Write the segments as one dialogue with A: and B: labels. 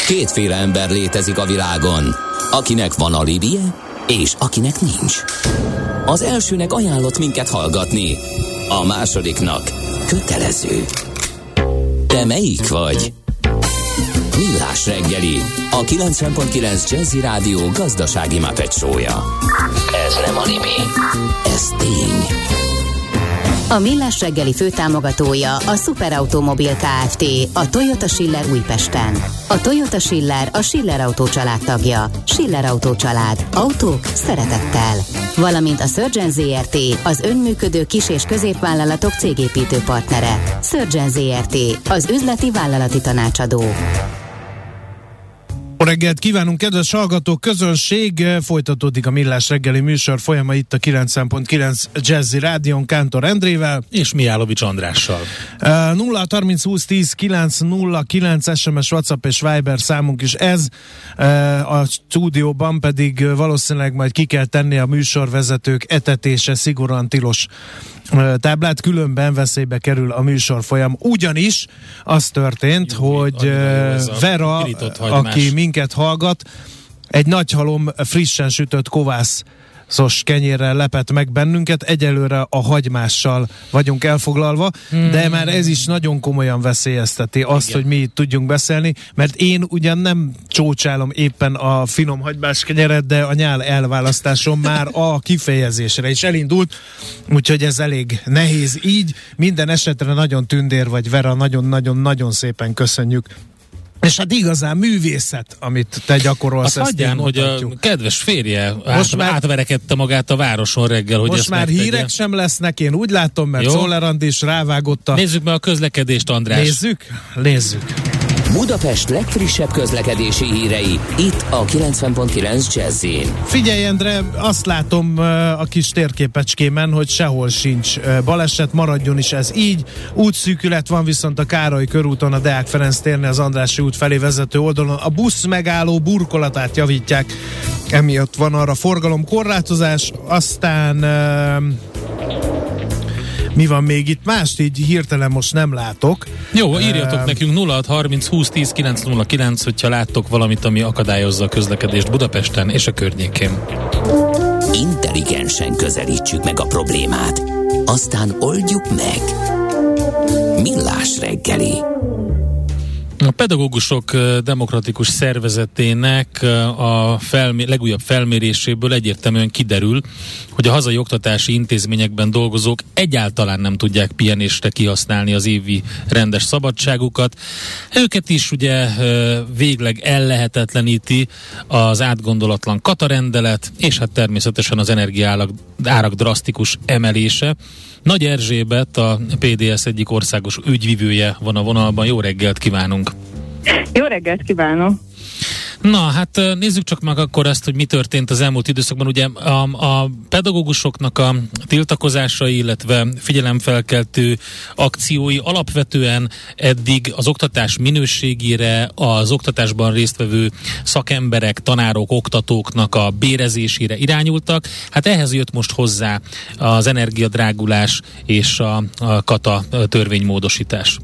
A: Kétféle ember létezik a világon, akinek van alibije, és akinek nincs. Az elsőnek ajánlott minket hallgatni, a másodiknak kötelező. Te melyik vagy? Millás reggeli, a 90.9 Jazzy Rádió gazdasági Muppet show-ja. Ez nem anime, ez tény.
B: A Millás reggeli főtámogatója a Superautomobil Kft. A Toyota Schiller Újpesten. A Toyota Schiller a Schiller Autó család tagja. Schiller Autó család. Autók szeretettel. Valamint a Surgeon ZRT, az önműködő kis- és középvállalatok cégépítő partnere. Surgeon ZRT, az üzleti vállalati tanácsadó.
C: Jó reggelt kívánunk, kedves hallgatók, közönség! Folytatódik a Millás reggeli műsor folyama itt a 90.9 Jazzy Rádión Kántor Endrével
D: és Mihálovics Andrással.
C: 0-30 20 10 909 SMS, WhatsApp és Viber számunk is ez. A stúdióban pedig valószínűleg majd ki kell tenni a műsorvezetők etetése szigorúan tilos táblát, különben veszélybe kerül a műsorfolyam. Ugyanis az történt, hogy Vera, aki minket hallgat, egy nagy halom frissen sütött kovászos kenyérrel lepett meg bennünket, egyelőre a hagymással vagyunk elfoglalva, de már ez is nagyon komolyan veszélyezteti azt, hogy mi itt tudjunk beszélni, mert én ugyan nem csócsálom éppen a finom hagymás kenyeret, de a nyál elválasztásom már a kifejezésre is elindult, úgyhogy ez elég nehéz így. Minden esetre nagyon tündér vagy, Vera, nagyon-nagyon-nagyon szépen köszönjük. És hát igazán művészet, amit te gyakorolsz.
D: Azt hagyján, hogy a kedves férje átverekedte magát a városon reggel, hogy
C: most
D: ezt
C: már
D: megtegye.
C: Hírek sem lesznek, én úgy látom, mert Czoller Andi is rávágott a...
D: Nézzük meg a közlekedést, András.
C: Nézzük.
A: Budapest legfrissebb közlekedési hírei, itt a 90.9 Jazzyn.
C: Figyelj, Endre, azt látom a kis térképecskémen, hogy sehol sincs baleset, maradjon is ez így. Útszűkület van viszont a Károly körúton, a Deák Ferenc térnél az Andrássy út felé vezető oldalon. A busz megálló burkolatát javítják, emiatt van arra forgalomkorlátozás. Aztán... mi van még itt? Mást így hirtelen most nem látok.
D: Jó, írjatok nekünk 0630 20 10 909, hogyha láttok valamit, ami akadályozza a közlekedést Budapesten és a környékén.
A: Intelligensen közelítsük meg a problémát, aztán oldjuk meg. Millás reggeli.
D: A Pedagógusok Demokratikus Szervezetének a legújabb felméréséből egyértelműen kiderül, hogy a hazai oktatási intézményekben dolgozók egyáltalán nem tudják pihenésre kihasználni az évi rendes szabadságukat. Őket is ugye végleg ellehetetleníti az átgondolatlan katarendelet, és hát természetesen az energiaárak drasztikus emelése. Nagy Erzsébet, a PDS egyik országos ügyvivője van a vonalban. Jó reggelt kívánunk!
E: Jó reggelt kívánok!
D: Na, hát nézzük csak meg akkor azt, hogy mi történt az elmúlt időszakban. Ugye a pedagógusoknak a tiltakozásai, illetve figyelemfelkeltő akciói alapvetően eddig az oktatás minőségére, az oktatásban résztvevő szakemberek, tanárok, oktatóknak a bérezésére irányultak. Hát ehhez jött most hozzá az energiadrágulás és a kata törvénymódosítás.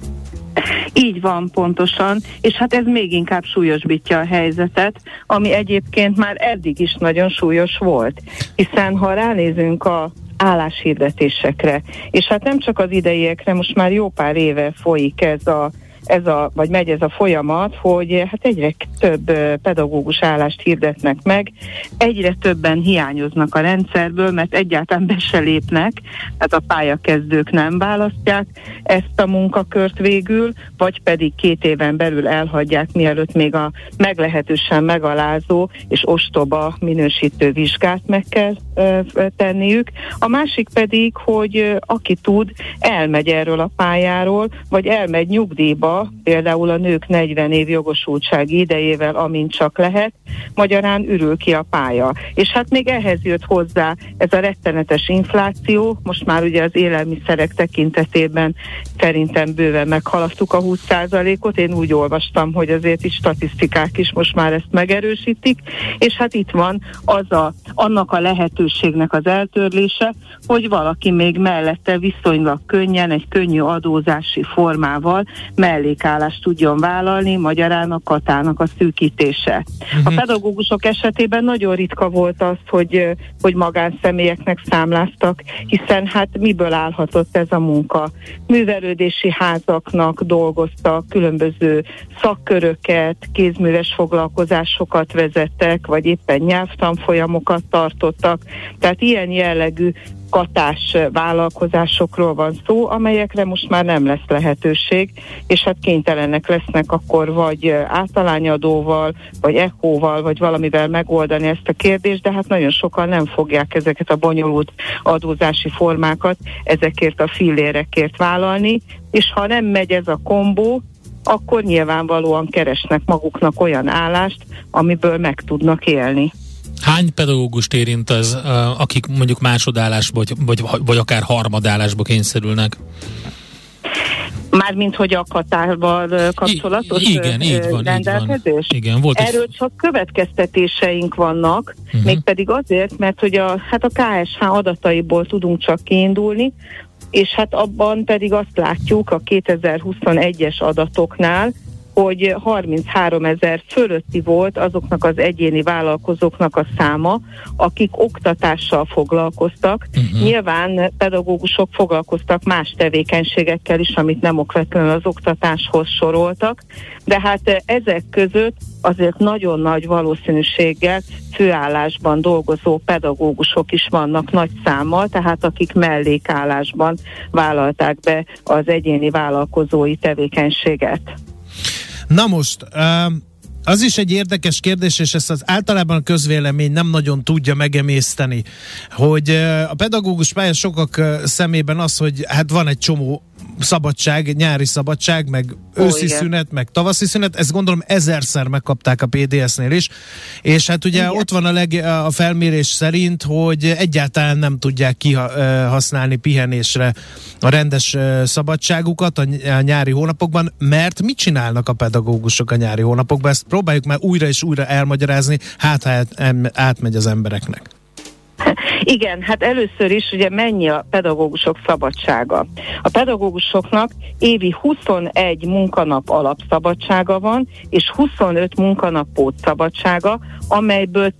E: Így van, pontosan, és hát ez még inkább súlyosbítja a helyzetet, ami egyébként már eddig is nagyon súlyos volt, hiszen ha ránézünk a álláshirdetésekre, és hát nem csak az ideiekre, most már jó pár éve folyik vagy megy ez a folyamat, hogy hát egyre több pedagógus állást hirdetnek meg, egyre többen hiányoznak a rendszerből, mert egyáltalán be se lépnek, tehát a pályakezdők nem választják ezt a munkakört végül, vagy pedig 2 éven belül elhagyják, mielőtt még a meglehetősen megalázó és ostoba minősítő vizsgát meg kell tenniük. A másik pedig, hogy aki tud, elmegy erről a pályáról, vagy elmegy nyugdíjba, például a nők 40 év jogosultsági idejével, amint csak lehet, magyarán ürül ki a pálya. És hát még ehhez jött hozzá ez a rettenetes infláció, most már ugye az élelmiszerek tekintetében szerintem bőven meghaladtuk a 20%-ot, én úgy olvastam, hogy azért is statisztikák is most már ezt megerősítik, és hát itt van annak a lehetőségnek az eltörlése, hogy valaki még mellette viszonylag könnyen, egy könnyű adózási formával mellé mellékállást tudjon vállalni, magyarán a katának a szűkítése. A pedagógusok esetében nagyon ritka volt az, hogy magánszemélyeknek számláztak, hiszen hát miből állhatott ez a munka? Művelődési házaknak dolgoztak, különböző szakköröket, kézműves foglalkozásokat vezettek, vagy éppen nyelvtanfolyamokat tartottak. Tehát ilyen jellegű katás vállalkozásokról van szó, amelyekre most már nem lesz lehetőség, és hát kénytelenek lesznek akkor vagy általányadóval, vagy ECHO-val, vagy valamivel megoldani ezt a kérdést, de hát nagyon sokan nem fogják ezeket a bonyolult adózási formákat ezekért a fillérekért vállalni, és ha nem megy ez a kombó, akkor nyilvánvalóan keresnek maguknak olyan állást, amiből meg tudnak élni.
D: Hány pedagógust érint az, akik mondjuk másodállásba, vagy akár harmadállásba kényszerülnek?
E: Mármint, hogy a katával kapcsolatos
D: igen, így van,
E: rendelkezés?
D: Így van. Igen, volt
E: erről csak következtetéseink vannak, mégpedig azért, mert hogy a KSH adataiból tudunk csak kiindulni, és hát abban pedig azt látjuk a 2021-es adatoknál, hogy 33 000 fölötti volt azoknak az egyéni vállalkozóknak a száma, akik oktatással foglalkoztak. Nyilván pedagógusok foglalkoztak más tevékenységekkel is, amit nem okvetlenül az oktatáshoz soroltak, de hát ezek között azért nagyon nagy valószínűséggel főállásban dolgozó pedagógusok is vannak nagy számmal, tehát akik mellékállásban vállalták be az egyéni vállalkozói tevékenységet.
C: Na most, az is egy érdekes kérdés, és ezt az általában a közvélemény nem nagyon tudja megemészteni, hogy a pedagógus pálya sokak szemében az, hogy hát van egy csomó szabadság, nyári szabadság, meg őszi szünet, meg tavaszi szünet, ezt gondolom 1000-szer megkapták a PDS-nél is, és hát ugye ott van a felmérés szerint, hogy egyáltalán nem tudják kihasználni pihenésre a rendes szabadságukat a nyári hónapokban, mert mit csinálnak a pedagógusok a nyári hónapokban? Ezt próbáljuk már újra és újra elmagyarázni, hát átmegy az embereknek.
E: Igen, hát először is ugye mennyi a pedagógusok szabadsága. A pedagógusoknak évi 21 munkanap alapszabadsága van, és 25 munkanap pótszabadsága, amelyből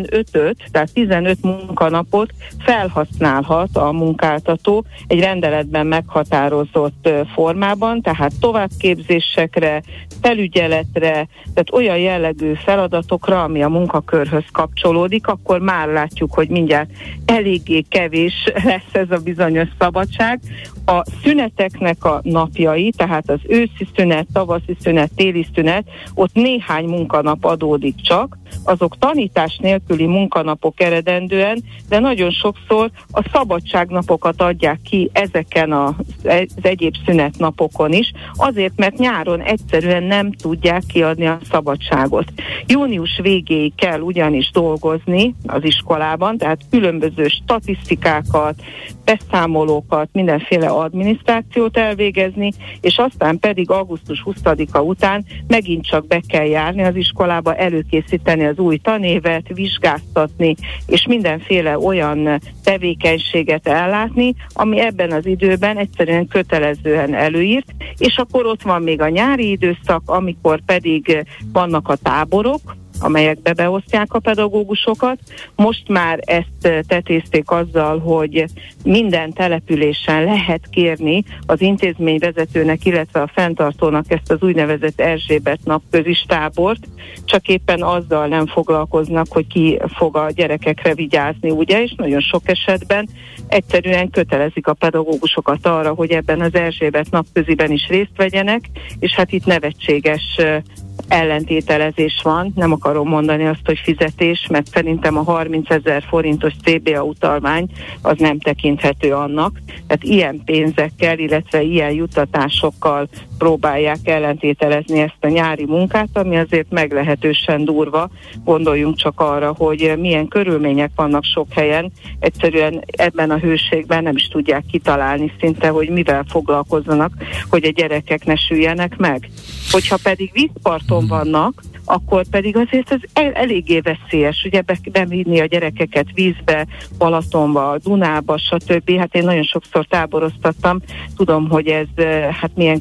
E: 15 munkanapot felhasználhat a munkáltató egy rendeletben meghatározott formában, tehát továbbképzésekre, felügyeletre, tehát olyan jellegű feladatokra, ami a munkakörhöz kapcsolódik, akkor már látjuk, hogy mindjárt eléggé kevés lesz ez a bizonyos szabadság. A szüneteknek a napjai, tehát az őszi szünet, tavaszi szünet, téli szünet, ott néhány munkanap adódik csak, azok tanítás nélküli munkanapok eredendően, de nagyon sokszor a szabadságnapokat adják ki ezeken az egyéb szünetnapokon is, azért, mert nyáron egyszerűen nem tudják kiadni a szabadságot. Június végéig kell ugyanis dolgozni az iskolában, tehát különböző statisztikákat, beszámolókat, mindenféle adminisztrációt elvégezni, és aztán pedig augusztus 20-a után megint csak be kell járni az iskolába, előkészíteni az új tanévet, vizsgáztatni, és mindenféle olyan tevékenységet ellátni, ami ebben az időben egyszerűen kötelezően előírt, és akkor ott van még a nyári időszak, amikor pedig vannak a táborok, amelyekbe beosztják a pedagógusokat. Most már ezt tetézték azzal, hogy minden településen lehet kérni az intézményvezetőnek, illetve a fenntartónak ezt az úgynevezett Erzsébet napközis tábort, csak éppen azzal nem foglalkoznak, hogy ki fog a gyerekekre vigyázni, ugye, és nagyon sok esetben egyszerűen kötelezik a pedagógusokat arra, hogy ebben az Erzsébet napköziben is részt vegyenek, és hát itt nevetséges ellentételezés van, nem akarom mondani azt, hogy fizetés, mert szerintem a 30 000 forintos CBA utalvány az nem tekinthető annak. Tehát ilyen pénzekkel, illetve ilyen juttatásokkal próbálják ellentételezni ezt a nyári munkát, ami azért meglehetősen durva. Gondoljunk csak arra, hogy milyen körülmények vannak sok helyen. Egyszerűen ebben a hőségben nem is tudják kitalálni szinte, hogy mivel foglalkozzanak, hogy a gyerekek ne süljenek meg. Hogyha pedig vízparton vannak, akkor pedig azért ez eléggé veszélyes, ugye bevinni a gyerekeket vízbe, Balatonba, Dunába, stb. Hát én nagyon sokszor táboroztattam, tudom, hogy ez hát milyen körültekintő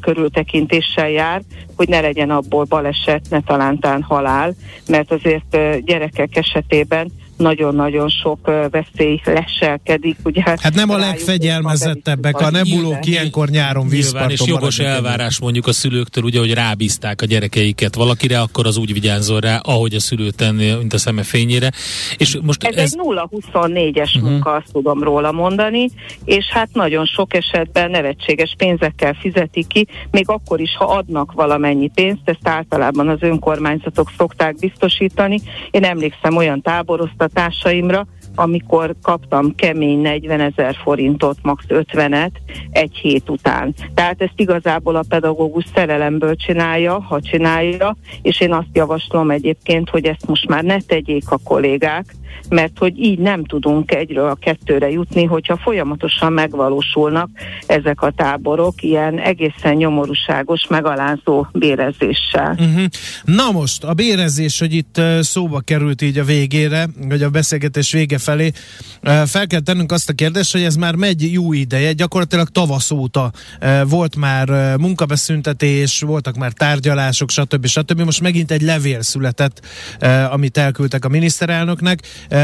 E: körültekintéssel jár, hogy ne legyen abból baleset, ne talántán halál, mert azért gyerekek esetében nagyon-nagyon sok veszély leselkedik. Ugye,
C: hát nem a legfegyelmezettebbek, a nebulók ilyenkor nyáron vízparton.
D: És jogos elvárás mondjuk a szülőktől, ugye, hogy rábízták a gyerekeiket valakire, akkor az úgy vigyázzon rá, ahogy a szülő tenni, mint a szeme fényére. És most
E: ez egy 0-24-es munka, azt tudom róla mondani, és hát nagyon sok esetben nevetséges pénzekkel fizetik ki, még akkor is, ha adnak valamennyi pénzt, ezt általában az önkormányzatok szokták biztosítani. Én emlékszem olyan táboroztatásaimra, amikor kaptam kemény 40 000 forintot, max. 50-et egy hét után. Tehát ezt igazából a pedagógus szerelemből csinálja, ha csinálja, és én azt javaslom egyébként, hogy ezt most már ne tegyék a kollégák, mert hogy így nem tudunk egyről a kettőre jutni, hogyha folyamatosan megvalósulnak ezek a táborok ilyen egészen nyomorúságos, megalázó bérezéssel.
C: Na most, a bérezés, hogy itt szóba került így a végére, vagy a beszélgetés vége felé, fel kell tennünk azt a kérdést, hogy ez már megy jó ideje, gyakorlatilag tavasz óta volt már munkabeszüntetés, voltak már tárgyalások, stb. Most megint egy levél született, amit elküldtek a miniszterelnöknek.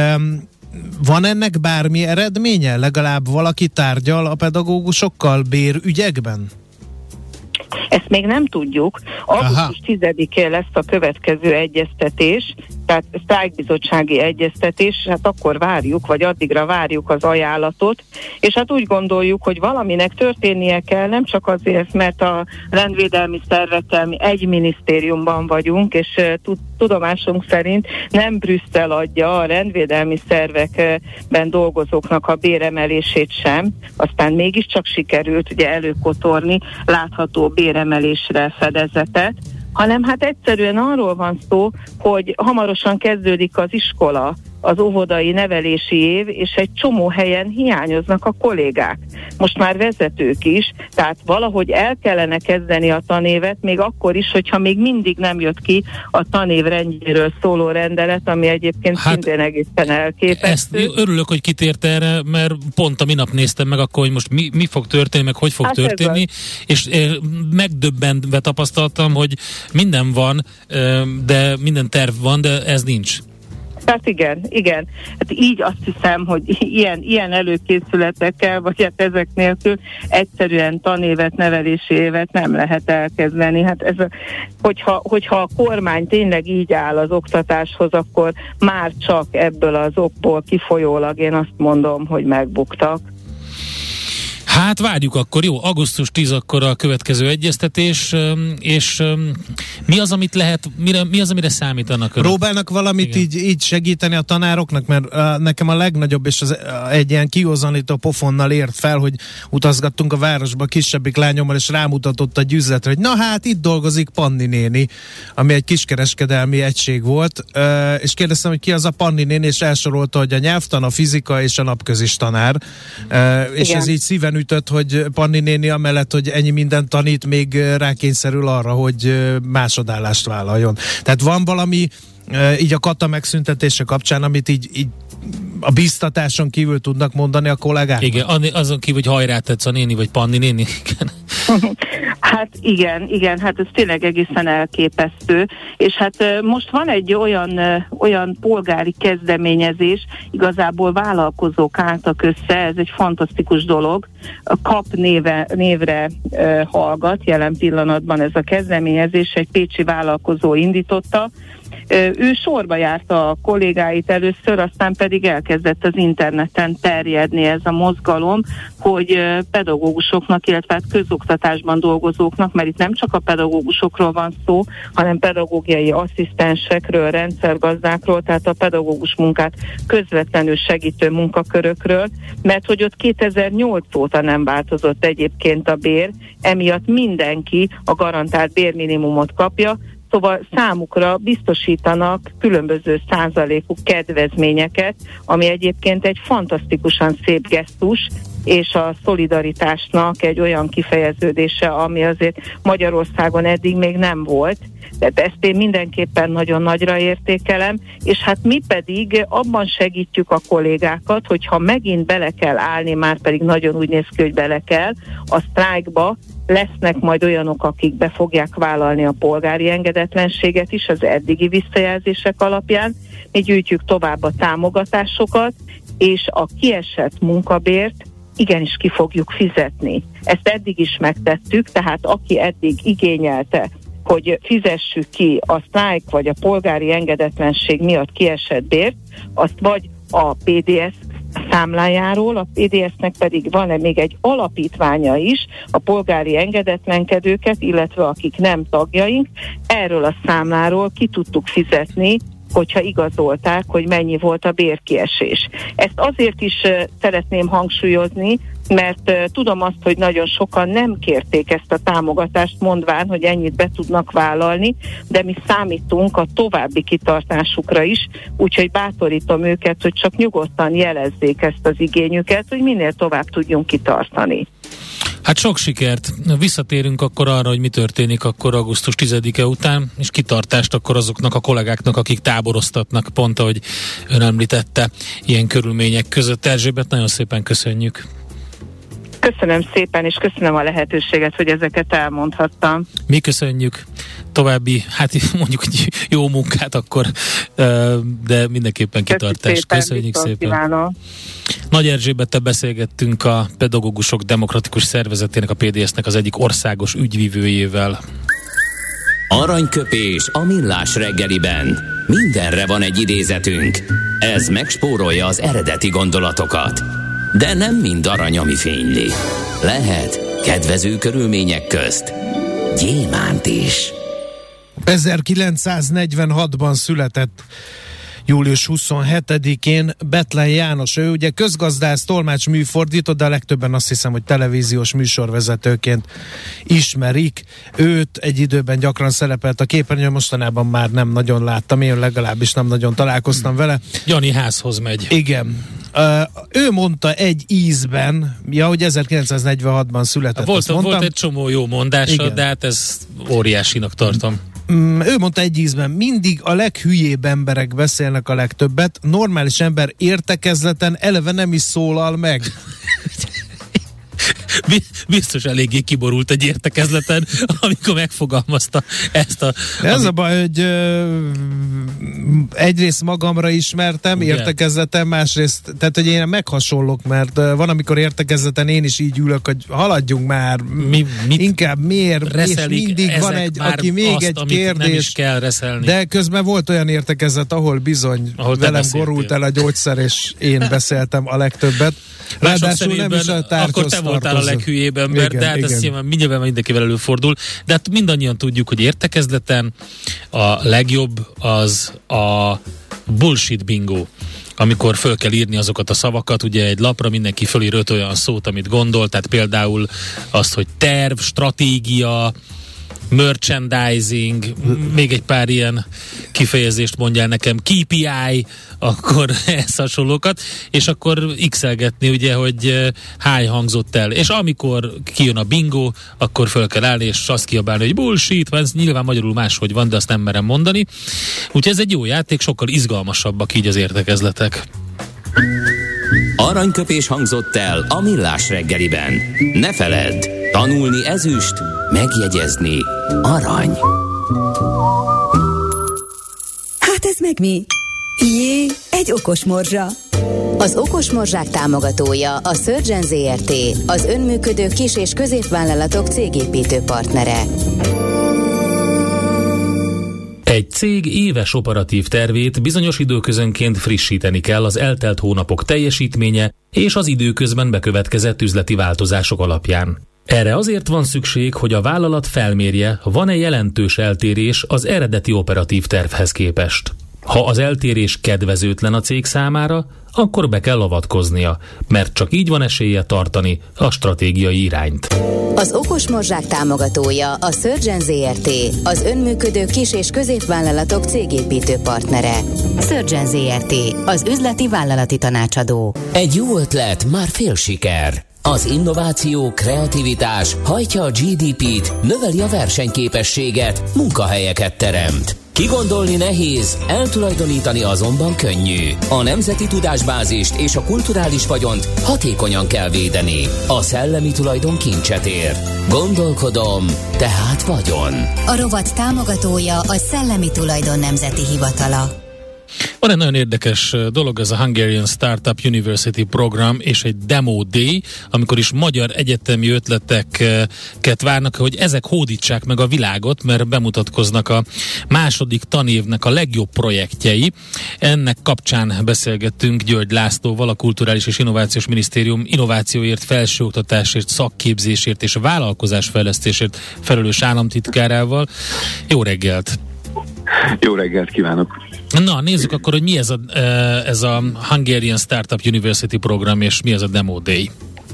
C: Van ennek bármi eredménye? Legalább valaki tárgyal a pedagógusokkal bérügyekben?
E: Ezt még nem tudjuk. Augusztus 10-én lesz a következő egyeztetés, tehát sztrájkbizottsági egyeztetés, hát akkor várjuk, vagy addigra várjuk az ajánlatot, és hát úgy gondoljuk, hogy valaminek történnie kell, nem csak azért, mert a rendvédelmi szervekkel mi egy minisztériumban vagyunk, és tudomásunk szerint nem Brüsszel adja a rendvédelmi szervekben dolgozóknak a béremelését sem, aztán mégiscsak sikerült ugye előkotorni látható béremelésre fedezetet, hanem hát egyszerűen arról van szó, hogy hamarosan kezdődik az iskola, az óvodai nevelési év, és egy csomó helyen hiányoznak a kollégák. Most már vezetők is, tehát valahogy el kellene kezdeni a tanévet, még akkor is, hogyha még mindig nem jött ki a tanév rendjéről szóló rendelet, ami egyébként szintén egészen elképesztő.
D: Ezt örülök, hogy kitért erre, mert pont a minap néztem meg akkor, hogy most mi fog történni, meg hogy fog történni, és megdöbbenve tapasztaltam, hogy minden van, de minden terv van, de ez nincs.
E: Hát igen. Hát így azt hiszem, hogy ilyen előkészületekkel, vagy hát ezek nélkül egyszerűen tanévet, nevelési évet nem lehet elkezdeni. Hát hogyha a kormány tényleg így áll az oktatáshoz, akkor már csak ebből az okból kifolyólag én azt mondom, hogy megbuktak.
D: Hát várjuk akkor, jó, augusztus 10 akkor a következő egyeztetés, és mi az, amit lehet, mi az, amire számítanak?
C: Próbálnak valamit így segíteni a tanároknak, mert nekem a legnagyobb, és egy ilyen kiózanító pofonnal ért fel, hogy utazgattunk a városba kisebbik lányommal, és rámutatott a gyűzletre, hogy na hát itt dolgozik Panni néni, ami egy kiskereskedelmi egység volt, és kérdeztem, hogy ki az a Panni néni, és elsorolta, hogy a nyelvtan, a fizika és a napközis tanár, és ez így szíven ütött, hogy Panni néni amellett, hogy ennyi mindent tanít, még rákényszerül arra, hogy másodállást vállaljon. Tehát van valami így a kata megszüntetése kapcsán, amit így a bíztatáson kívül tudnak mondani a kollégák?
D: Igen, azon kívül, hogy hajrá tetsz a néni, vagy Panni néni.
E: Hát igen, hát ez tényleg egészen elképesztő, és hát most van egy olyan polgári kezdeményezés, igazából vállalkozók álltak össze, ez egy fantasztikus dolog, a KAP névre hallgat jelen pillanatban ez a kezdeményezés, egy pécsi vállalkozó indította. Ő sorba járta a kollégáit először, aztán pedig elkezdett az interneten terjedni ez a mozgalom, hogy pedagógusoknak, illetve hát közoktatásban dolgozóknak, mert itt nem csak a pedagógusokról van szó, hanem pedagógiai asszisztensekről, rendszergazdákról, tehát a pedagógus munkát közvetlenül segítő munkakörökről, mert hogy ott 2008 óta nem változott egyébként a bér, emiatt mindenki a garantált bérminimumot kapja, szóval számukra biztosítanak különböző százalékú kedvezményeket, ami egyébként egy fantasztikusan szép gesztus, és a szolidaritásnak egy olyan kifejeződése, ami azért Magyarországon eddig még nem volt. Tehát ezt én mindenképpen nagyon nagyra értékelem, és hát mi pedig abban segítjük a kollégákat, hogyha megint bele kell állni, már pedig nagyon úgy néz ki, hogy bele kell, a sztrájkba lesznek majd olyanok, akik be fogják vállalni a polgári engedetlenséget is az eddigi visszajelzések alapján. Mi gyűjtjük tovább a támogatásokat, és a kiesett munkabért igenis ki fogjuk fizetni. Ezt eddig is megtettük, tehát aki eddig igényelte, hogy fizessük ki a sztrájk vagy a polgári engedetlenség miatt kiesett bért, azt vagy a PDS számlájáról, a PDS-nek pedig van még egy alapítványa is, a polgári engedetlenkedőket, illetve akik nem tagjaink, erről a számláról ki tudtuk fizetni, hogyha igazolták, hogy mennyi volt a bérkiesés. Ezt azért is szeretném hangsúlyozni, mert tudom azt, hogy nagyon sokan nem kérték ezt a támogatást, mondván, hogy ennyit be tudnak vállalni, de mi számítunk a további kitartásukra is, úgyhogy bátorítom őket, hogy csak nyugodtan jelezzék ezt az igényüket, hogy minél tovább tudjunk kitartani.
D: Hát sok sikert. Visszatérünk akkor arra, hogy mi történik akkor augusztus 10-e után, és kitartást akkor azoknak a kollégáknak, akik táboroztatnak, pont ahogy ön említette, ilyen körülmények között. Erzsébet, nagyon szépen köszönjük.
E: Köszönöm szépen, és köszönöm a lehetőséget, hogy ezeket elmondhattam.
D: Mi köszönjük. További, hát mondjuk jó munkát akkor, de mindenképpen kitartást. Köszönjük szépen.
E: Kívánom.
D: Nagy Erzsébettel beszélgettünk a Pedagógusok Demokratikus Szervezetének, a PDS-nek az egyik országos ügyvivőjével.
A: Aranyköpés a millás reggeliben. Mindenre van egy idézetünk. Ez megspórolja az eredeti gondolatokat. De nem mind arany, ami fényli. Lehet kedvező körülmények közt gyémánt is.
C: 1946-ban született július 27-én Bethlen János. Ő ugye közgazdász, tolmács, műfordító, de a legtöbben azt hiszem, hogy televíziós műsorvezetőként ismerik. Őt egy időben gyakran szerepelt a képernyőn, mostanában már nem nagyon láttam, én legalábbis nem nagyon találkoztam vele.
D: Jani házhoz megy.
C: Igen. Ő mondta egy ízben, hogy 1946-ban született.
D: Volt egy csomó jó mondása, igen. De hát ez óriásinak tartom.
C: Ő mondta egy ízben, mindig a leghülyébb emberek beszélnek a legtöbbet, normális ember értekezleten eleve nem is szólal meg.
D: Biztos eléggé kiborult egy értekezleten, amikor megfogalmazta ezt a...
C: Ez a baj, hogy egyrészt magamra ismertem, ugye? Értekezleten, másrészt, tehát hogy én meghasonlok, mert van, amikor értekezleten én is így ülök, hogy haladjunk már, inkább miért, és mindig van egy, aki még azt, egy kérdés, nem is kell reszelni. De közben volt olyan értekezlet, ahol bizony velem borult el a gyógyszer, és én beszéltem a legtöbbet.
D: Ráadásul nem is a tárgyhoz akkor te voltál a leghülyébb ember, de hát ez mindjárt mindenkivel előfordul. De hát mindannyian tudjuk, hogy értekezleten a legjobb az a bullshit bingo. Amikor föl kell írni azokat a szavakat, ugye egy lapra mindenki fölír 5 olyan szót, amit gondol, tehát például azt, hogy terv, stratégia, merchandising, még egy pár ilyen kifejezést mondjál nekem, KPI, akkor ezt hasonlókat, és akkor x-elgetni ugye, hogy hány hangzott el. És amikor kijön a bingo, akkor föl kell állni, és azt kiabálni, hogy bullshit, ez nyilván magyarul máshogy van, de azt nem merem mondani. Úgyhogy ez egy jó játék, sokkal izgalmasabbak így az értekezletek.
A: Aranyköpés hangzott el a millás reggeliben. Ne feledd, tanulni ezüst, megjegyezni arany.
B: Hát ez meg mi? Jé, egy okos morzsa. Az okos morzsák támogatója a Surgeon Zrt., az önműködő kis- és középvállalatok cégépítő partnere.
F: Egy cég éves operatív tervét bizonyos időközönként frissíteni kell az eltelt hónapok teljesítménye és az időközben bekövetkezett üzleti változások alapján. Erre azért van szükség, hogy a vállalat felmérje, van-e jelentős eltérés az eredeti operatív tervhez képest. Ha az eltérés kedvezőtlen a cég számára, akkor be kell avatkoznia, mert csak így van esélye tartani a stratégiai irányt.
B: Az okos morzsák támogatója a Surgeon Zrt., az önműködő kis- és középvállalatok cégépítő partnere. Surgeon Zrt., az üzleti vállalati tanácsadó.
A: Egy jó ötlet, már fél siker. Az innováció, kreativitás hajtja a GDP-t, növeli a versenyképességet, munkahelyeket teremt. Kigondolni nehéz, eltulajdonítani azonban könnyű. A nemzeti tudásbázist és a kulturális vagyont hatékonyan kell védeni. A szellemi tulajdon kincset ér. Gondolkodom, tehát vagyon.
B: A rovat támogatója a Szellemi Tulajdon Nemzeti Hivatala.
D: Van egy nagyon érdekes dolog, ez a Hungarian Startup University program és egy Demo Day, amikor is magyar egyetemi ötleteket várnak, hogy ezek hódítsák meg a világot, mert bemutatkoznak a második tanévnek a legjobb projektjei. Ennek kapcsán beszélgettünk György Lászlóval, a Kulturális és Innovációs Minisztérium innovációért, felsőoktatásért, szakképzésért és vállalkozásfejlesztésért felelős államtitkárával. Jó reggelt!
G: Jó reggelt kívánok!
D: Na, nézzük akkor, hogy mi ez a Hungarian Startup University program, és mi ez a Demo Day.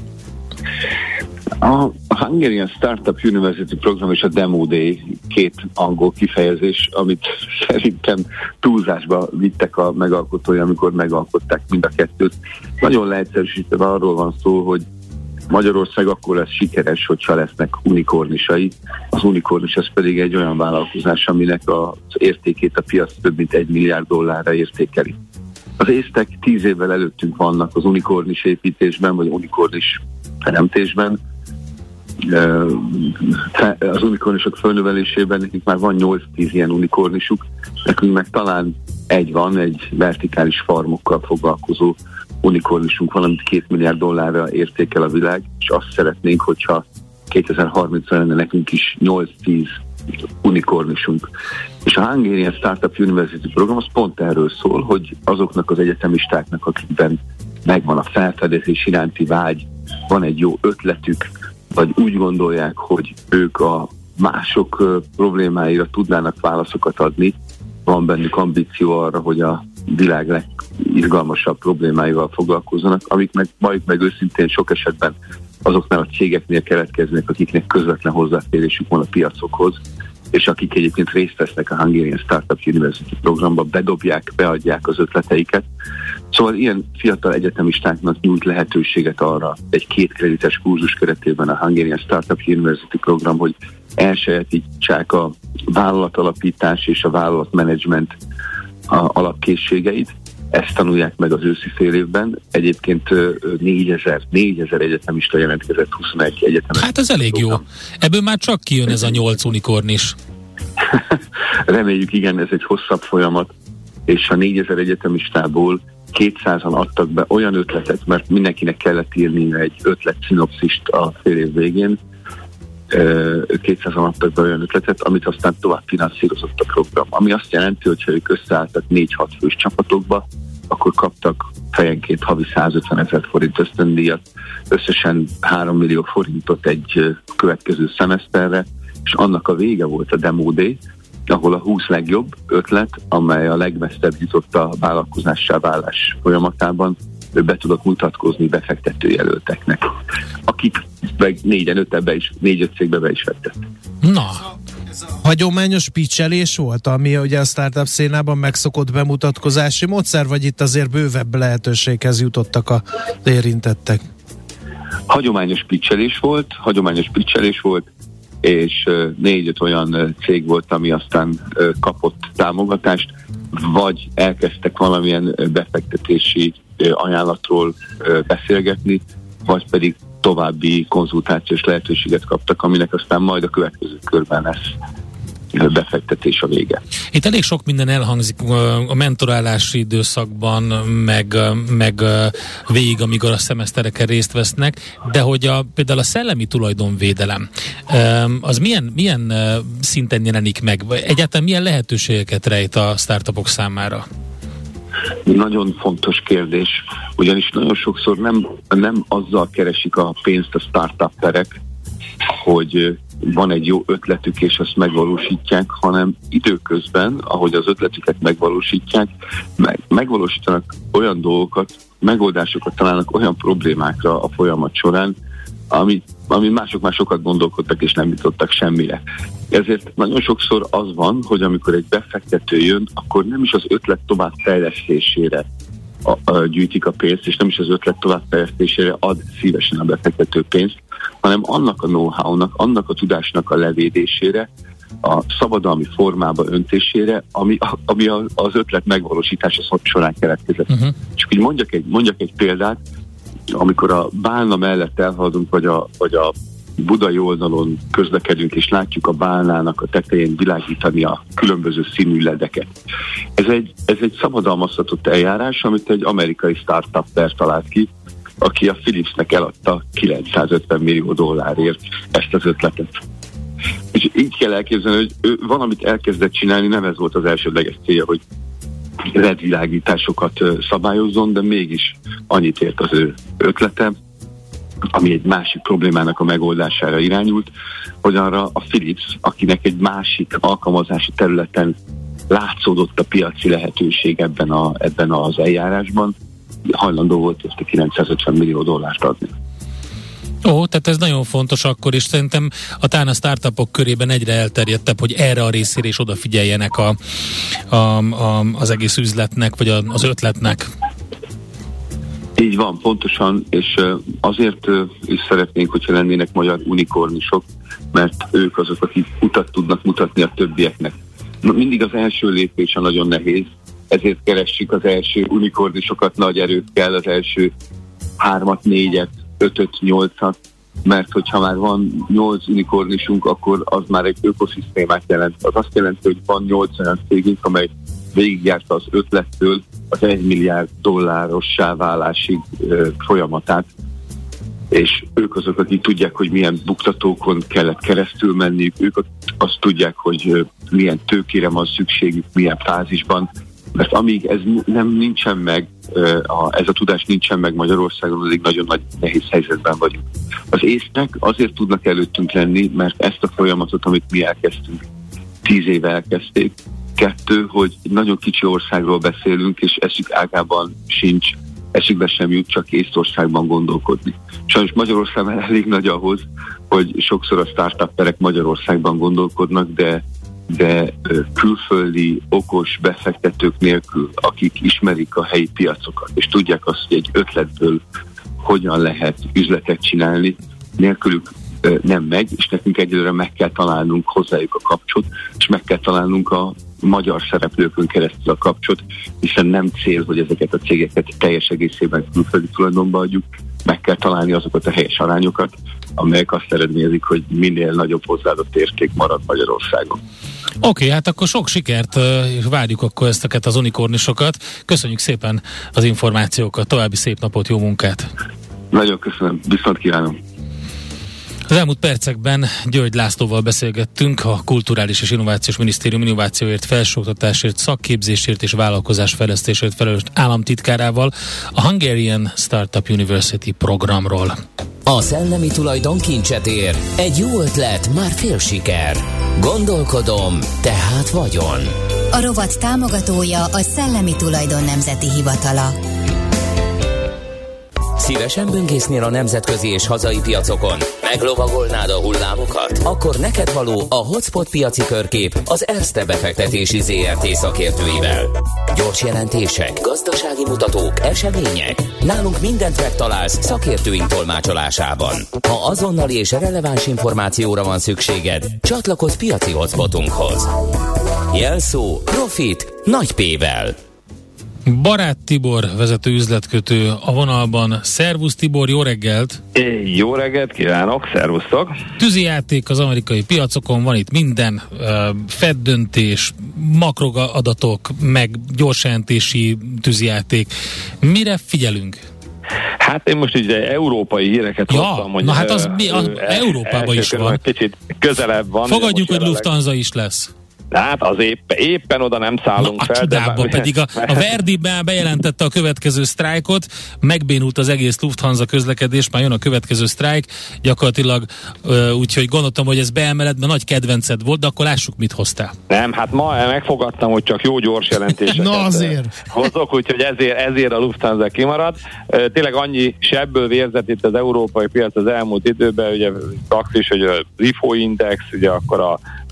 G: A Hungarian Startup University program és a Demo Day két angol kifejezés, amit szerintem túlzásba vittek a megalkotói, amikor megalkották mind a kettőt. Nagyon leegyszerűsítve arról van szó, hogy Magyarország akkor lesz sikeres, hogyha lesznek unikornisai. Az unikornis az pedig egy olyan vállalkozás, aminek az értékét a piac több mint $1 milliárd értékeli. Az észtek 10 évvel előttünk vannak az unikornis építésben, vagy unikornis teremtésben. Az unikornisok fölnövelésében nekünk már van 8-10 ilyen unikornisuk, nekünk meg talán egy van, egy vertikális farmokkal foglalkozó unikornisunk van, amit $2 milliárd értékel a világ, és azt szeretnénk, hogyha 2030-ra lenne nekünk is 8-10 unikornisunk. És a Hungarian Startup University program az pont erről szól, hogy azoknak az egyetemistáknak, akikben megvan a felfedezés iránti vágy, van egy jó ötletük, vagy úgy gondolják, hogy ők a mások problémáira tudnának válaszokat adni, van bennük ambíció arra, hogy a világ legizgalmasabb problémáival foglalkozzanak, amik meg őszintén sok esetben azoknál a cégeknél keletkeznek, akiknek közvetlen hozzáférésük van a piacokhoz, és akik egyébként részt vesznek a Hungarian Startup University programba, beadják az ötleteiket. Szóval ilyen fiatal egyetemistáknak nyújt lehetőséget arra egy 2 kredites kurzus keretében a Hungarian Startup University program, hogy elsajátítsák a vállalatalapítás és a vállalatmenedzsment alapkészségeit. Ezt tanulják meg az őszi fél évben. Egyébként 4000 egyetemista jelentkezett, 21 egyetemen.
D: Hát ez elég jó. Ebből már csak kijön ez a 8 unikornis.
G: Reméljük, igen, ez egy hosszabb folyamat, és a 4000 egyetemistából 200-an adtak be olyan ötletet, mert mindenkinek kellett írni egy ötlet-szinopszist a fél év végén. 200-an adtak be olyan ötletet, amit aztán tovább finanszírozott a program. Ami azt jelenti, hogy ha ők összeálltak 4-6 fős csapatokba, akkor kaptak fejenként havi 150 000 forint ösztöndíjat, összesen 3 millió forintot egy következő szemeszterre, és annak a vége volt a Demo Day, ahol a 20 legjobb ötlet, amely a legmesszebb jutott a vállalkozássá válás folyamatában, ő be tudott mutatkozni befektetőjelölteknek, akik meg 4-5 cégbe be is vettek.
D: Na,
C: hagyományos pitchelés volt, ami ugye a startup szénában megszokott bemutatkozási módszer, vagy itt azért bővebb lehetőséghez jutottak az érintettek?
G: Hagyományos pitchelés volt, és 4-5 olyan cég volt, ami aztán kapott támogatást, vagy elkezdtek valamilyen befektetési ajánlatról beszélgetni, vagy pedig további konzultációs lehetőséget kaptak, aminek aztán majd a következő körben lesz befektetés a vége.
D: Itt elég sok minden elhangzik a mentorálási időszakban, meg végig, amíg a szemesztereken részt vesznek, de hogy például a szellemi tulajdonvédelem, az milyen szinten jelenik meg? Egyáltalán milyen lehetőségeket rejt a startupok számára?
G: Nagyon fontos kérdés, ugyanis nagyon sokszor nem azzal keresik a pénzt a startupperek, hogy van egy jó ötletük és azt megvalósítják, hanem időközben, ahogy az ötletüket megvalósítják, megvalósítanak olyan dolgokat, megoldásokat találnak olyan problémákra a folyamat során, ami mások már sokat gondolkodtak és nem jutottak semmire. Ezért nagyon sokszor az van, hogy amikor egy befektető jön, akkor nem is az ötlet továbbfejlesztésére gyűjtik a pénzt, és nem is az ötlet továbbfejlesztésére ad szívesen a befektető pénzt, hanem annak a know-how-nak, annak a tudásnak a levédésére, a szabadalmi formába öntésére, ami az ötlet megvalósítása során keletkezett. Csak így mondjak egy példát, amikor a Bálna mellett elhaladunk, vagy a budai oldalon közlekedünk, és látjuk a Bálnának a tetején világítani a különböző színű ledeket. Ez egy szabadalmaztatott eljárás, amit egy amerikai startup talált ki, aki a Philipsnek eladta $950 millió ezt az ötletet. És így kell elképzelni, hogy ő valamit elkezdett csinálni, nem ez volt az elsődleges célja, hogy LED-világításokat szabályozzon, de mégis annyit ért az ő ötlete, ami egy másik problémának a megoldására irányult, hogy arra a Philips, akinek egy másik alkalmazási területen látszódott a piaci lehetőség ebben az eljárásban, hajlandó volt ezt a $950 millió adni.
D: Ó, tehát ez nagyon fontos akkor, és szerintem talán a startupok körében egyre elterjedtebb, hogy erre a részére is odafigyeljenek az egész üzletnek, vagy az ötletnek.
G: Így van, pontosan, és azért is szeretnénk, hogyha lennének magyar unikornisok, mert ők azok, akik utat tudnak mutatni a többieknek. Mindig az első lépés a nagyon nehéz, ezért keressük az első unikornisokat nagy erőkkel, az első 3-at, 4-et, 5-öt, 8-at, mert hogyha már van 8 unikornisunk, akkor az már egy ökoszisztémát jelent. Az azt jelenti, hogy van 8 olyan cégünk, amely végigjárta az ötlettől az $1 milliárd válásig folyamatát, és ők azok, akik tudják, hogy milyen buktatókon kellett keresztül menniük, ők azt tudják, hogy milyen tőkére van szükségük, milyen fázisban, mert amíg ez nincsen meg, ez a tudás nincsen meg Magyarországon, addig nagyon nagy nehéz helyzetben vagyunk. Az észnek azért tudnak előttünk lenni, mert ezt a folyamatot, amit mi elkezdtünk, 10 éve elkezdték. 2, hogy egy nagyon kicsi országról beszélünk, és eszük ágában sincs, eszükbe sem jut csak Észtországban gondolkodni. Sajnos Magyarország elég nagy ahhoz, hogy sokszor a startupperek Magyarországban gondolkodnak, de külföldi, okos befektetők nélkül, akik ismerik a helyi piacokat, és tudják azt, hogy egy ötletből hogyan lehet üzletet csinálni, nélkülük nem megy, és nekünk egyelőre meg kell találnunk hozzájuk a kapcsot, és meg kell találnunk a magyar szereplőkön keresztül a kapcsot, hiszen nem cél, hogy ezeket a cégeket teljes egészében külföldi tulajdonba adjuk, meg kell találni azokat a helyes arányokat, amelyek azt eredményezik, hogy minél nagyobb hozzáadott érték marad Magyarországon.
D: Oké, hát akkor sok sikert, várjuk akkor ezteket az unikornisokat. Köszönjük szépen az információkat, további szép napot, jó munkát!
G: Nagyon köszönöm, viszont kívánom!
D: Az elmúlt percekben György Lászlóval beszélgettünk, a Kulturális és Innovációs Minisztérium innovációért, felsőoktatásért, szakképzésért és vállalkozásfejlesztésért felelős államtitkárával a Hungarian Startup University programról.
A: A szellemi tulajdon kincset ér, egy jó ötlet már fél siker. Gondolkodom, tehát vagyon.
B: A rovat támogatója a Szellemi Tulajdon Nemzeti Hivatala.
A: Szívesen böngésznél a nemzetközi és hazai piacokon? Meglovagolnád a hullámokat? Akkor neked való a Hotspot piaci körkép az Erste befektetési ZRT szakértőivel. Gyors jelentések, gazdasági mutatók, események. Nálunk mindent megtalálsz szakértőink tolmácsolásában. Ha azonnali és releváns információra van szükséged, csatlakozz piaci hotspotunkhoz. Jelszó Profit nagy P-vel.
D: Barát Tibor, vezető üzletkötő a vonalban. Szervusz Tibor, jó reggelt!
H: Jó reggelt kívánok, szervusztok!
D: Tűzijáték az amerikai piacokon, van itt minden, Fed döntés, makroadatok, meg gyorsjelentési tűzijáték. Mire figyelünk?
H: Hát én most ugye európai híreket hoztam, hogy...
D: Na hát az Európában is van.
H: Kicsit közelebb van.
D: Fogadjuk, hogy Lufthansa is lesz.
H: Hát az éppen oda nem szállunk fel.
D: Csodába, pedig a Verdi bejelentette a következő sztrájkot, megbénult az egész Lufthansa közlekedés, már jön a következő sztrájk, gyakorlatilag úgyhogy gondoltam, hogy ez beemeled, mert nagy kedvenced volt, de akkor lássuk, mit hoztál.
H: Nem, hát ma megfogadtam, hogy csak jó gyors jelentéseket hozok, úgyhogy ezért a Lufthansa kimarad. Tényleg annyi sebből vérzett itt az európai piac az elmúlt időben, ugye taxis, hogy a IFO Index, ugye akkor a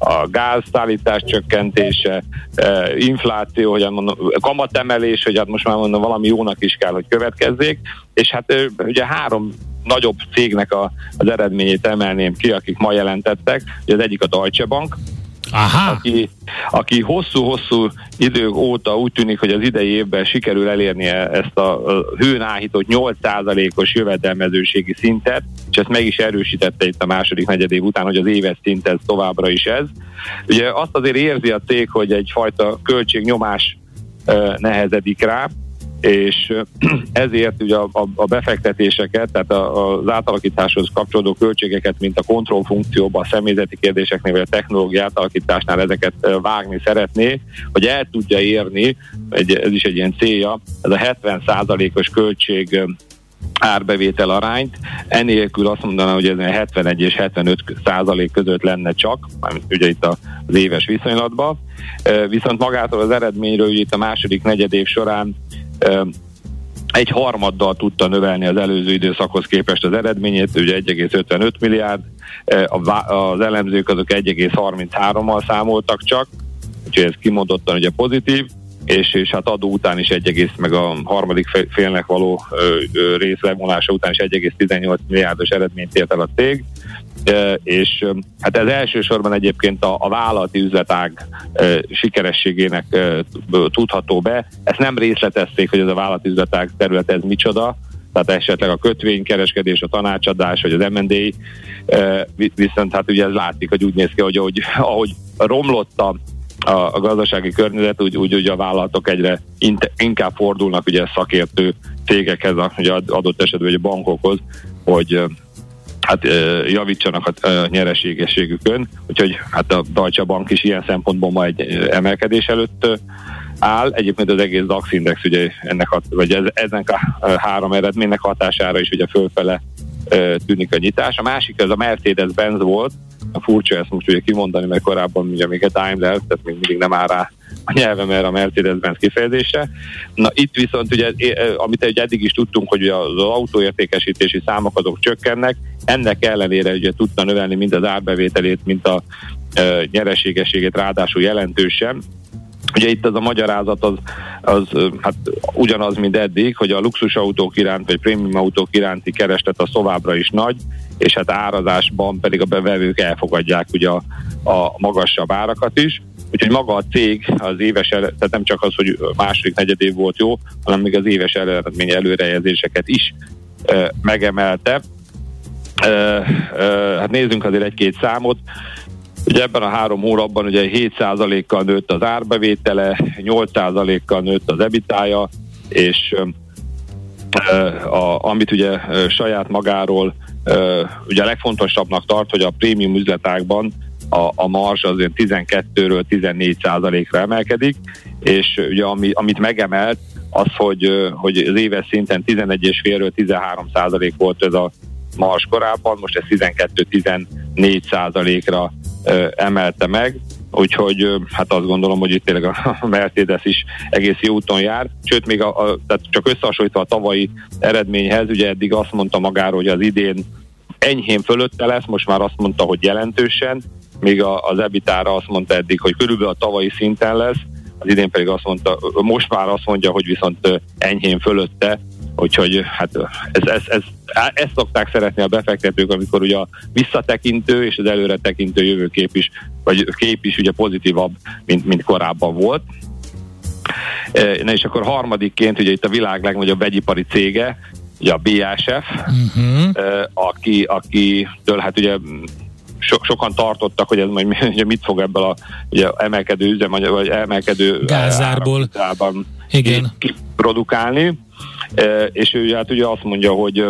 H: a gázszállítás csökkentése, infláció, hogy mondom, kamatemelés, hogy hát most már mondom, valami jónak is kell, hogy következzék, és hát ugye 3 nagyobb cégnek az eredményét emelném ki, akik ma jelentettek. Ugye az egyik a Deutsche Bank, aki hosszú-hosszú idők óta úgy tűnik, hogy az idei évben sikerül elérnie ezt a hőn áhított 8%-os jövedelmezőségi szintet, és ezt meg is erősítette itt a második negyedév után, hogy az éves szint ez továbbra is ez. Ugye azt azért érzi a cég, hogy egyfajta költségnyomás nehezedik rá, és ezért ugye a befektetéseket, tehát az átalakításhoz kapcsolódó költségeket, mint a kontrollfunkcióban, a személyzeti kérdéseknél, vagy a technológia átalakításnál ezeket vágni szeretné, hogy el tudja érni, ez is egy ilyen célja, ez a 70%-os költség árbevétel arányt, enélkül azt mondaná, hogy ez 71 és 75% között lenne csak, ugye itt az éves viszonylatban, viszont magától az eredményről, ugye itt a második negyedév során 1/3 tudta növelni az előző időszakhoz képest az eredményét, ugye 1,55 milliárd, az elemzők azok 1,33-mal számoltak csak, úgyhogy ez kimondottan ugye pozitív, és hát adó után is meg a harmadik félnek való rész levonása után is 1,18 milliárdos eredményt ért el a cég, és hát ez elsősorban egyébként a vállalati üzletág sikerességének tudható be. Ezt nem részletezték, hogy ez a vállalati üzletág terület ez micsoda, tehát esetleg a kötvénykereskedés, a tanácsadás, vagy az M&A, viszont hát ugye ez látszik, hogy úgy néz ki, hogy ahogy romlott a gazdasági környezet, úgy a vállalatok egyre inkább fordulnak ugye szakértő cégekhez, ugye adott esetben ugye bankokhoz, hogy hát javítsanak a nyereségességükön, úgyhogy hát a Deutsche Bank is ilyen szempontból ma egy emelkedés előtt áll. Egyébként az egész DAX index ugye ennek a 3 eredménynek hatására is ugye fölfele tűnik a nyitás. A másik az a Mercedes-Benz volt, a furcsa ezt most ugye kimondani, mert korábban ugye még a Daimler, tehát még mindig nem áll rá a nyelvem erre a Mercedes-Benz kifejezése. Na itt viszont ugye, amit ugye eddig is tudtunk, hogy ugye az autóértékesítési számok azok csökkennek, ennek ellenére ugye tudta növelni mind az árbevételét, mint a nyereségességét, ráadásul jelentősen. Ugye itt az a magyarázat az hát ugyanaz, mint eddig, hogy a luxusautók iránt, vagy prémium autók iránti kereslet az továbbra is nagy, és hát árazásban pedig a bevevők elfogadják ugye a magasabb árakat is. Úgyhogy maga a cég az éves, tehát nem csak az, hogy második negyedév volt jó, hanem még az éves eredmény előrejelzéseket is megemelte. Hát nézzünk azért egy-két számot. Ugye ebben a 3 hónapban ugye 7%-kal nőtt az árbevétele, 8%-kal nőtt az EBITDA-ja, és amit ugye saját magáról ugye a legfontosabbnak tart, hogy a prémium üzletágban a marzs azért 12-ről 14%-ra emelkedik, és ugye amit megemelt, az, hogy az éves szinten 11,5-ről 13% volt ez a marzs korábban, most ez 12-14%-ra emelte meg, úgyhogy hát azt gondolom, hogy itt tényleg a Mercedes is egész jó úton jár, sőt még tehát csak összehasonlítva a tavalyi eredményhez, ugye eddig azt mondta magáról, hogy az idén enyhén fölötte lesz, most már azt mondta, hogy jelentősen, míg az EBITDA-ra azt mondta eddig, hogy körülbelül a tavalyi szinten lesz, az idén pedig azt mondta, most már azt mondja, hogy viszont enyhén fölötte, úgyhogy hát ezt szokták szeretni a befektetők, amikor ugye a visszatekintő és az előre tekintő jövőkép is, vagy kép is ugye pozitívabb, mint korábban volt. Na és akkor harmadikként ugye itt a világ legnagyobb vegyipari cége, ugye a BASF, akitől hát ugye sokan tartottak, hogy ez majd ugye mit fog ebből a ugye emelkedő üzem, vagy emelkedő
D: gázárból
H: produkálni, és ő hát ugye azt mondja, hogy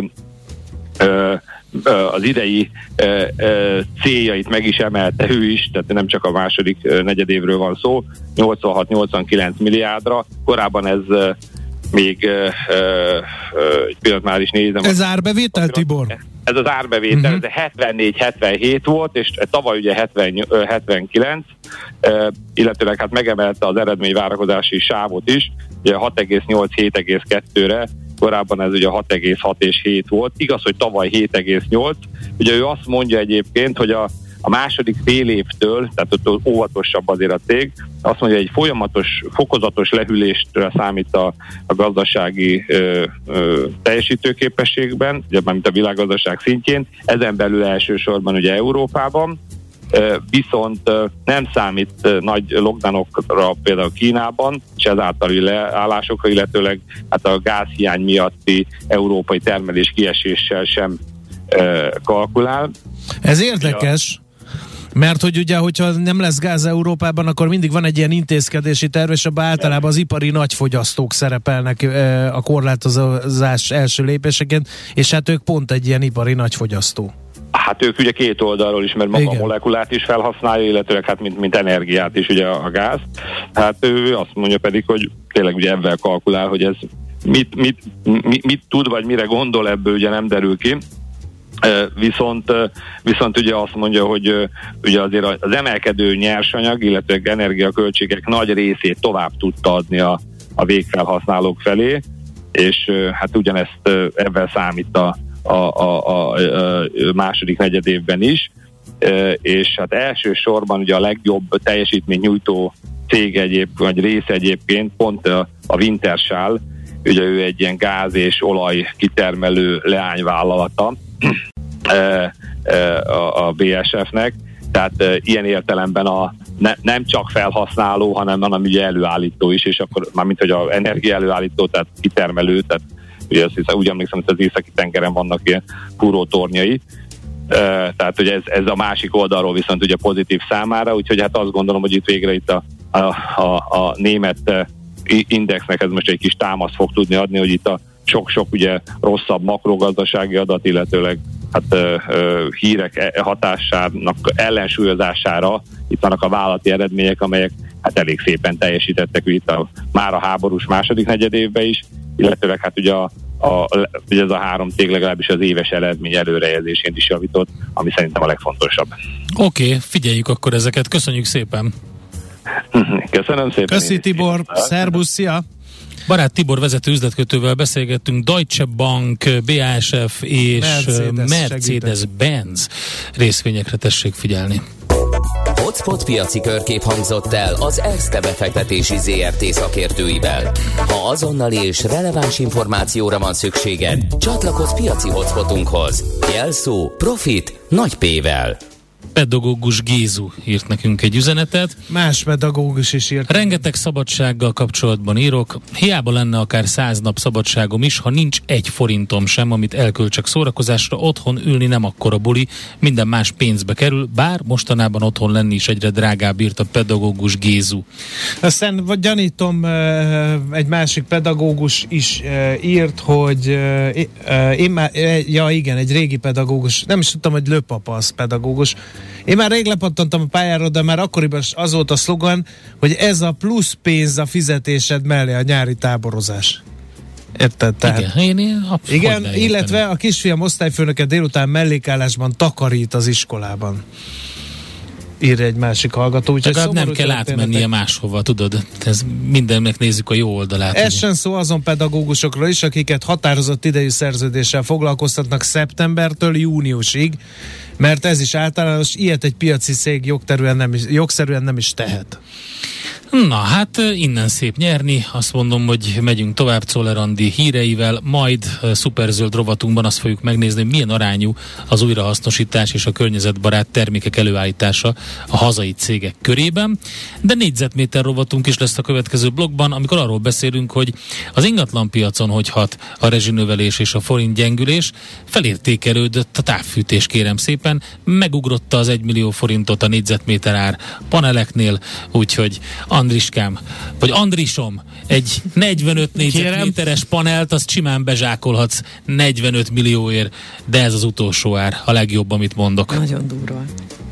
H: az idei céljait meg is emelte ő is, tehát nem csak a második negyedévről van szó, 86-89 milliárdra, korábban ez még egy pillanat már is nézem.
C: Ez árbevétel, Tibor?
H: Ez az árbevétel, ez 74-77 volt, és tavaly ugye 79, illetőleg hát megemelte az eredményvárakozási sávot is, ugye 6,8-7,2-re, korábban ez ugye 6,6 és 7 volt, igaz, hogy tavaly 7,8, ugye ő azt mondja egyébként, hogy a második fél évtől, tehát ott óvatosabb azért a cég, azt mondja, egy folyamatos, fokozatos lehűlésre számít a gazdasági teljesítőképességben, ugye mint a világgazdaság szintjén, ezen belül elsősorban ugye Európában, viszont nem számít nagy lockdownokra például Kínában, és ezáltali leállásokra, illetőleg hát a gázhiány miatti európai termelés kieséssel sem kalkulál.
C: Ez érdekes, mert hogy ugye, hogyha nem lesz gáz Európában, akkor mindig van egy ilyen intézkedési terv, és abban általában az ipari nagyfogyasztók szerepelnek a korlátozás első lépéseként, és hát ők pont egy ilyen ipari nagyfogyasztó.
H: Hát ők ugye két oldalról is, mert maga a molekulát is felhasználja, illetőleg hát mint energiát is ugye a gáz. Hát ő azt mondja pedig, hogy tényleg ugye ebben kalkulál, hogy ez mit tud, vagy mire gondol, ebből ugye nem derül ki. Viszont ugye azt mondja, hogy ugye azért az emelkedő nyersanyag, illetve energiaköltségek nagy részét tovább tudta adni a végfelhasználók felé, és hát ugyanezt ebben számít a második negyedévben is, és hát elsősorban ugye a legjobb teljesítmény nyújtó cég vagy rész egyébként pont a Wintershall, ugye ő egy ilyen gáz és olaj kitermelő leányvállalata a BASF-nek, tehát ilyen értelemben nem csak felhasználó, hanem ugye előállító is, és akkor mármint, hogy az energia előállító, tehát kitermelő, tehát ugye azt hiszem, úgy emlékszem, hogy az északi tengeren vannak ilyen fúrótornyai, tehát hogy ez a másik oldalról viszont ugye pozitív számára, úgyhogy hát azt gondolom, hogy itt végre itt a német indexnek ez most egy kis támaszt fog tudni adni, hogy itt a sok-sok ugye rosszabb makrogazdasági adat, illetőleg hát hírek hatásának ellensúlyozására itt vannak a vállalati eredmények, amelyek hát elég szépen teljesítettek itt már a háborús második negyedévben is, illetőleg hát ugye ugye ez a három cég legalábbis az éves eredmény előrejelzésén is javított, ami szerintem a legfontosabb.
D: Oké, figyeljük akkor ezeket. Köszönjük szépen!
H: Köszönöm szépen!
C: Köszi Tibor! Szerbusz, szia!
D: Barát Tibor vezető üzletkötővel beszélgettünk Deutsche Bank, BASF és Mercedes-Benz részvényekre, tessék figyelni.
A: Hotspot piaci körkép hangzott el az Erste befektetési ZRT szakértőivel. Ha azonnali és releváns információra van szükséged, csatlakozz piaci hotspotunkhoz. Jelszó Profit nagy P-vel.
D: Pedagógus Gézu írt nekünk egy üzenetet.
C: Más pedagógus is írt.
D: Rengeteg szabadsággal kapcsolatban írok. Hiába lenne akár 100 nap szabadságom is, ha nincs egy forintom sem, amit elköltsek szórakozásra, otthon ülni nem akkora buli, minden más pénzbe kerül, bár mostanában otthon lenni is egyre drágább, írt a pedagógus Gézu.
C: Aztán gyanítom, egy másik pedagógus is írt, hogy én már, egy régi pedagógus, nem is tudtam, hogy Lőpapa az pedagógus. Én már rég lepattantam a pályáról, de már akkoriban az volt a szlogan, hogy ez a plusz pénz a fizetésed mellé, a nyári táborozás. Érted? Tehát, igen, illetve a kisfiam osztályfőnöke délután mellékállásban takarít az iskolában. Ír egy másik hallgató.
D: Legalább nem kell átmennie máshova, tudod? Ez mindennek nézzük a jó oldalát.
C: Essen szó azon pedagógusokról is, akiket határozott idejű szerződéssel foglalkoztatnak szeptembertől júniusig, mert ez is általános, ilyet egy piaci cég jogszerűen nem is tehet.
D: Na hát innen szép nyerni, azt mondom, hogy megyünk tovább Czoller Andi híreivel, majd szuperzöld rovatunkban azt fogjuk megnézni, hogy milyen arányú az újrahasznosítás és a környezetbarát termékek előállítása a hazai cégek körében, de négyzetméter rovatunk is lesz a következő blogban, amikor arról beszélünk, hogy az ingatlanpiacon hogy hat a rezsinövelés és a forint gyengülés, felértékelődött a távfűtés, kérem szépen, megugrotta az 1 millió forintot a négyzetméter ár paneleknél, úgyhogy Andriskám, vagy Andrisom, egy 45 négyzetméteres panelt, azt simán bezsákolhatsz 45 millióért, de ez az utolsó ár, a legjobb, amit mondok.
I: Nagyon durva.